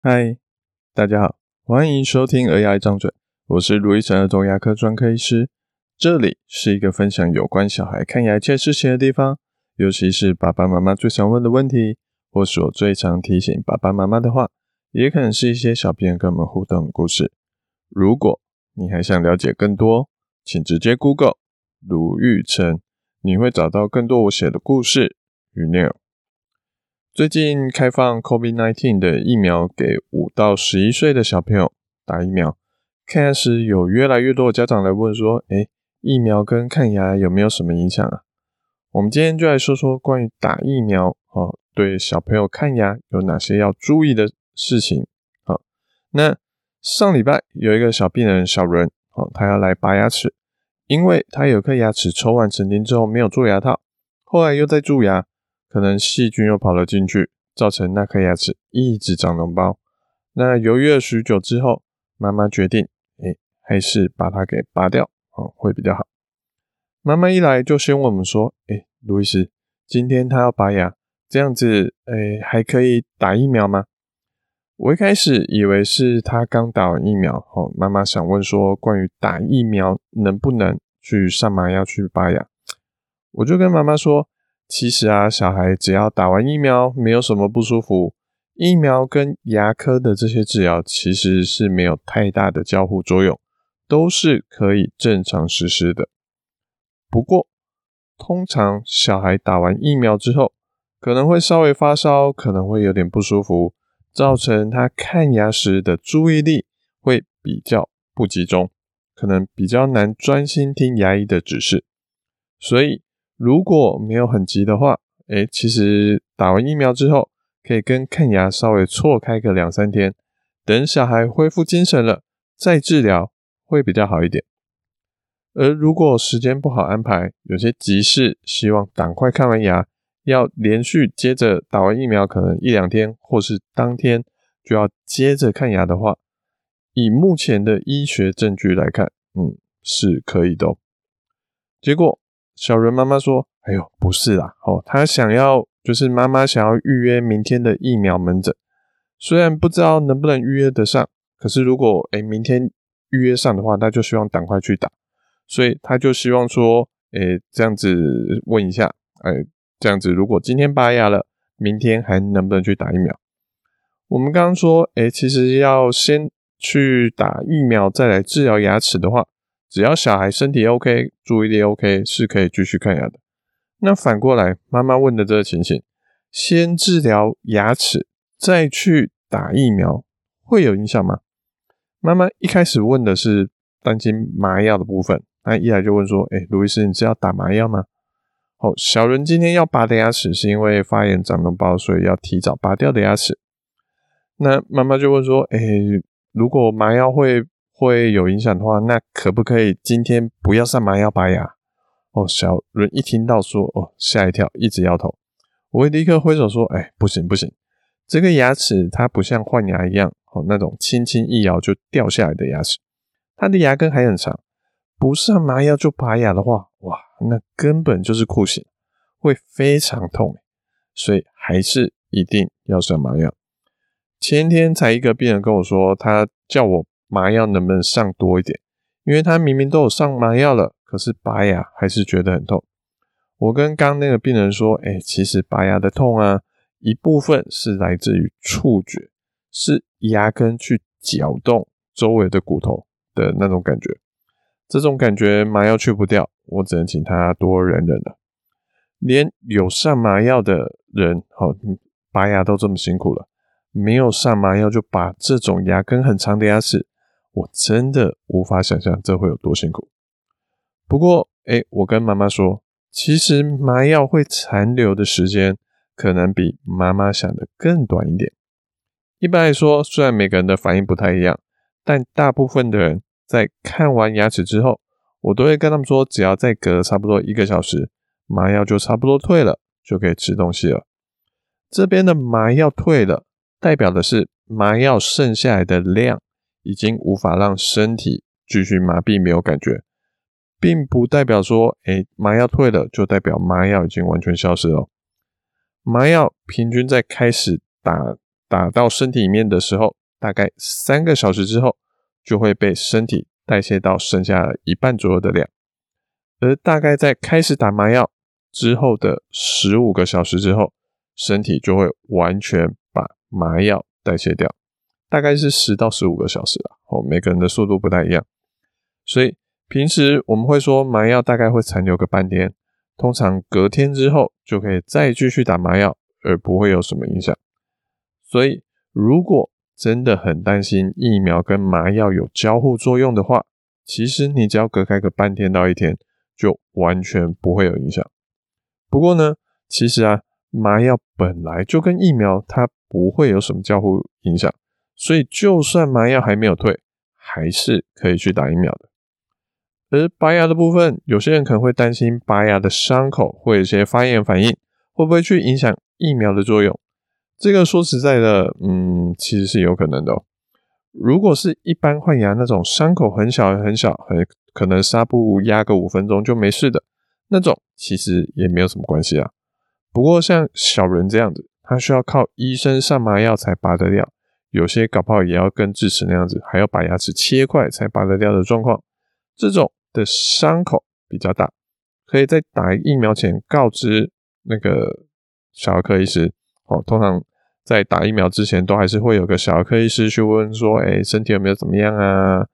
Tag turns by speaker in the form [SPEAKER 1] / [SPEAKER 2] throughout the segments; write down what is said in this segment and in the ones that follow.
[SPEAKER 1] 嗨，大家好，欢迎收听儿牙一张嘴，我是卢医成儿童牙科专科医师。这里是一个分享有关小孩看牙一切事情的地方，尤其是爸爸妈妈最常问的问题，或是我最常提醒爸爸妈妈的话，也可能是一些小编跟我们互动的故事。如果你还想了解更多，请直接 Google 卢玉成，你会找到更多我写的故事与内容。最近开放 COVID-19 的疫苗给5到11岁的小朋友打疫苗，看牙时有越来越多的家长来问说，疫苗跟看牙有没有什么影响啊？我们今天就来说说关于打疫苗对小朋友看牙有哪些要注意的事情。那上礼拜有一个小病人小伦，他要来拔牙齿，因为他有颗牙齿抽完神经之后没有做牙套，后来又在蛀牙，可能细菌又跑了进去，造成那颗牙齿一直长脓包。那犹豫了许久之后，妈妈决定还是把它给拔掉会比较好。妈妈一来就先问我们说，卢医师，今天他要拔牙，这样子还可以打疫苗吗？我一开始以为是他刚打完疫苗，妈妈想问说关于打疫苗能不能去上麻药去拔牙。我就跟妈妈说，其实小孩只要打完疫苗没有什么不舒服，疫苗跟牙科的这些治疗其实是没有太大的交互作用，都是可以正常实施的。不过通常小孩打完疫苗之后可能会稍微发烧，可能会有点不舒服，造成他看牙时的注意力会比较不集中，可能比较难专心听牙医的指示。所以如果没有很急的话，其实打完疫苗之后可以跟看牙稍微错开个2-3天，等小孩恢复精神了再治疗会比较好一点。而如果时间不好安排，有些急事希望赶快看完牙，要连续接着打完疫苗可能1-2天，或是当天就要接着看牙的话，以目前的医学证据来看，是可以的结果小伦妈妈说，不是啦，她想要就是妈妈想要预约明天的疫苗门诊，虽然不知道能不能预约得上，可是如果明天预约上的话，那就希望赶快去打，所以她就希望说这样子问一下，这样子如果今天拔牙了，明天还能不能去打疫苗？我们刚刚说其实要先去打疫苗再来治疗牙齿的话，只要小孩身体 OK， 注意力 OK， 是可以继续看牙的。那反过来妈妈问的这个情形，先治疗牙齿再去打疫苗会有影响吗？妈妈一开始问的是担心麻药的部分，那一来就问说卢医师，你是要打麻药吗？小伦今天要拔的牙齿是因为发炎长脓包，所以要提早拔掉的牙齿。那妈妈就问说如果麻药会有影响的话，那可不可以今天不要上麻药拔牙？小伦一听到说吓一跳，一直摇头。我会立刻挥手说不行，这个牙齿它不像换牙一样那种轻轻一摇就掉下来的牙齿，它的牙根还很长，不上麻药就拔牙的话，哇，那根本就是酷刑，会非常痛，所以还是一定要上麻药。前天才一个病人跟我说，他叫我麻药能不能上多一点，因为他明明都有上麻药了，可是拔牙还是觉得很痛。我跟刚那个病人说其实拔牙的痛一部分是来自于触觉，是牙根去搅动周围的骨头的那种感觉，这种感觉麻药去不掉，我只能请他多忍忍了。连有上麻药的人拔牙都这么辛苦了，没有上麻药就拔这种牙根很长的牙齿，我真的无法想象这会有多辛苦。不过我跟妈妈说，其实麻药会残留的时间可能比妈妈想的更短一点。一般来说，虽然每个人的反应不太一样，但大部分的人在看完牙齿之后，我都会跟他们说，只要再隔差不多1个小时，麻药就差不多退了，就可以吃东西了。这边的麻药退了，代表的是麻药剩下来的量已经无法让身体继续麻痹没有感觉，并不代表说麻药退了就代表麻药已经完全消失了。麻药平均在开始打打到身体里面的时候，大概3个小时之后就会被身体代谢到剩下一半左右的量，而大概在开始打麻药之后的15个小时之后，身体就会完全把麻药代谢掉，大概是10到15个小时啦，每个人的速度不太一样。所以平时我们会说麻药大概会残留个半天，通常隔天之后就可以再继续打麻药，而不会有什么影响。所以如果真的很担心疫苗跟麻药有交互作用的话，其实你只要隔开个半天到1天，就完全不会有影响。不过呢，其实麻药本来就跟疫苗它不会有什么交互影响，所以就算麻药还没有退，还是可以去打疫苗的。而拔牙的部分，有些人可能会担心拔牙的伤口会有些发炎反应，会不会去影响疫苗的作用？这个说实在的，其实是有可能的哦。如果是一般换牙那种伤口很小很小，可能纱布压个5分钟就没事的那种，其实也没有什么关系啊。不过像小人这样子，他需要靠医生上麻药才拔得掉，有些搞不好也要跟智齿那样子，还要把牙齿切块才拔得掉的状况，这种的伤口比较大，可以在打疫苗前告知那个小儿科医师。通常在打疫苗之前都还是会有个小儿科医师去问说身体有没有怎么样啊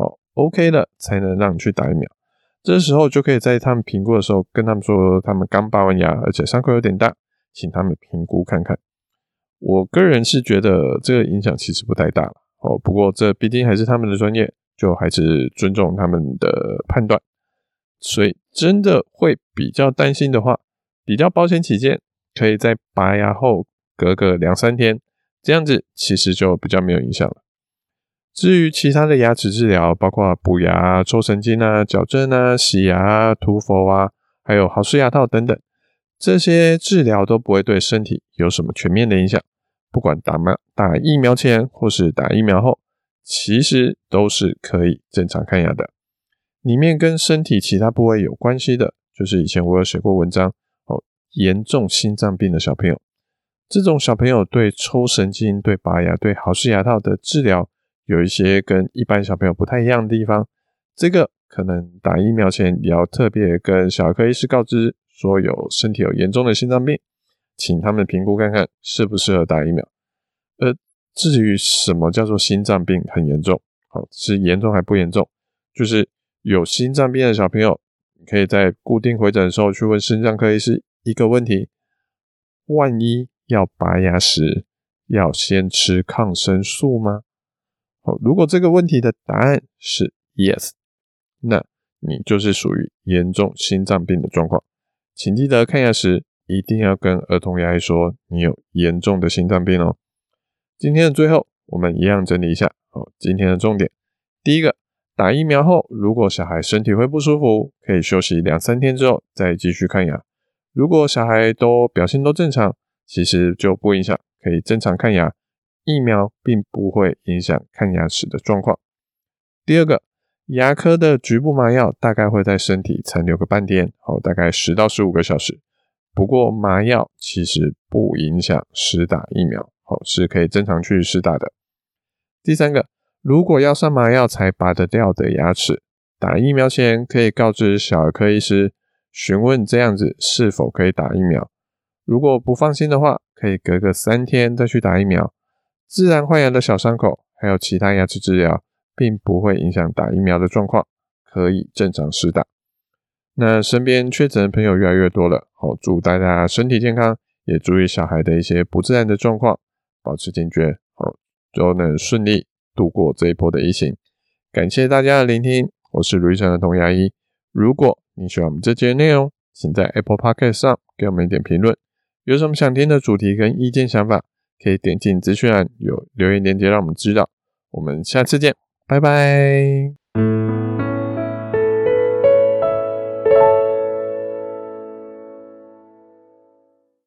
[SPEAKER 1] ，OK 了才能让你去打疫苗。这时候就可以在他们评估的时候跟他们说他们刚拔完牙，而且伤口有点大，请他们评估看看。我个人是觉得这个影响其实不太大不过这毕竟还是他们的专业，就还是尊重他们的判断。所以真的会比较担心的话，比较保险起见，可以在拔牙后隔个2-3天，这样子其实就比较没有影响了。至于其他的牙齿治疗，包括补牙、抽神经矫正洗牙、涂氟还有豪氏牙套等等，这些治疗都不会对身体有什么全面的影响。不管打疫苗前或是打疫苗后，其实都是可以正常看牙的。里面跟身体其他部位有关系的，就是以前我有写过文章严重心脏病的小朋友，这种小朋友对抽神经、对拔牙、对豪氏牙套的治疗有一些跟一般小朋友不太一样的地方，这个可能打疫苗前也要特别跟小儿科医师告知说身体有严重的心脏病，请他们评估看看适不适合打疫苗。至于什么叫做心脏病很严重，是严重还不严重，就是有心脏病的小朋友，你可以在固定回诊的时候去问心脏科医师一个问题：万一要拔牙时，要先吃抗生素吗？如果这个问题的答案是 yes， 那你就是属于严重心脏病的状况，请记得看牙时一定要跟儿童牙医说你有严重的心脏病哦。今天的最后，我们一样整理一下今天的重点。第一个，打疫苗后，如果小孩身体会不舒服，可以休息2-3天之后再继续看牙。如果小孩表现都正常，其实就不影响，可以正常看牙。疫苗并不会影响看牙齿的状况。第二个，牙科的局部麻药大概会在身体残留个半天，大概10到15个小时。不过麻药其实不影响施打疫苗，是可以正常去施打的。第三个，如果要上麻药才拔得掉的牙齿，打疫苗前可以告知小儿科医师，询问这样子是否可以打疫苗。如果不放心的话，可以隔个3天再去打疫苗。自然换牙的小伤口还有其他牙齿治疗并不会影响打疫苗的状况，可以正常施打。那身边确诊的朋友越来越多了，祝大家身体健康，也注意小孩的一些不自然的状况，保持警觉，都能顺利度过这一波的疫情。感谢大家的聆听，我是卢医生儿童牙医。如果你喜欢我们这节内容，请在 Apple Podcast 上给我们一点评论，有什么想听的主题跟意见想法，可以点进资讯栏有留言连结让我们知道。我们下次见，拜拜。